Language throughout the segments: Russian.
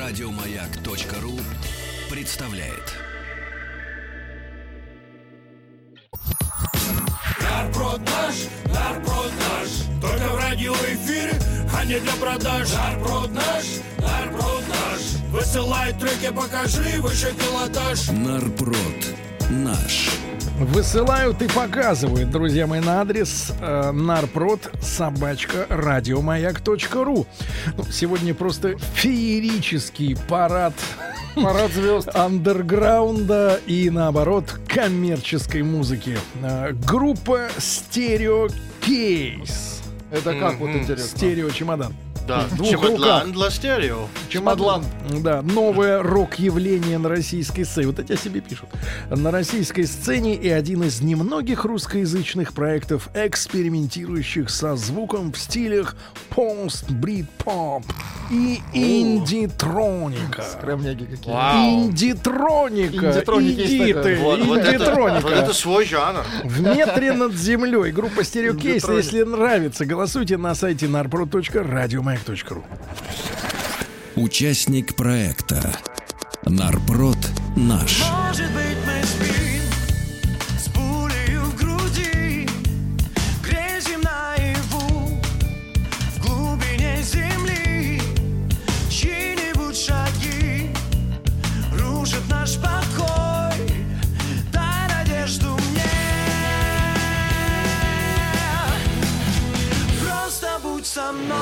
Радиомаяк.ру представляет. Нарпрод наш, только в радиоэфире, а не для продаж. Нарпрод наш, высылай треки, покажи выше пилотаж. Нарпрод наш. Высылают и показывают, друзья мои, на адрес narprod@радиомаяк.ру. Сегодня просто феерический парад звезд андерграунда и, наоборот, коммерческой музыки. Группа Stereo Case. Это как вот интересно? Стерео-чемодан. Да, чемодан для стерео. Чемодан. Да, новое рок-явление на российской сцене. Вот эти о себе пишут. На российской сцене и один из немногих русскоязычных проектов, экспериментирующих со звуком в стилях пост-брит-поп и инди-троника. Скромняги какие. Инди-троника. Инди-троники есть Иди такое. ты, Вот инди-троника. это свой жанр. В метре над землей. Группа Stereo Case. Если нравится, голосуйте на сайте narprod.радиомаяк.ру. Участник проекта Нарпрод наш. Может быть, мы спим с пулею в груди, грезим наяву в глубине земли. Чьи-нибудь шаги рушат наш покой. Дай надежду мне. Просто будь со мной.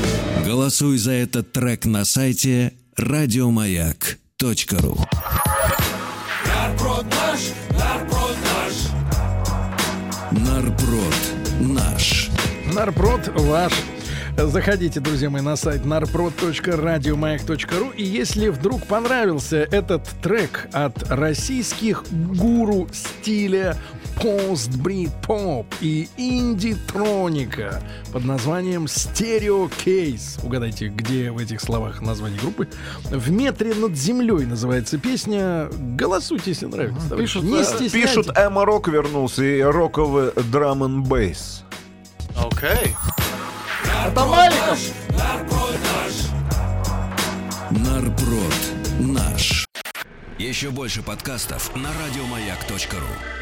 Голосуй за этот трек на сайте радиомаяк.ру. Нарпрод наш, нарпрод наш. Нарпрод наш. Нарпрод ваш. Заходите, друзья мои, на сайт narprod.radiomayak.ru. И если вдруг понравился этот трек от российских гуру стиля пост-брит-поп и инди-троника под названием Stereo Case. Угадайте, где в этих словах название группы. «В метре над землей» называется песня. Голосуйте, если нравится. Пишут, Эмма Рок вернулся и роковый драм н бейс. Окей. Это Маликов. Нарпрод наш. Нарпрод наш. Еще больше подкастов на радиомаяк.ру.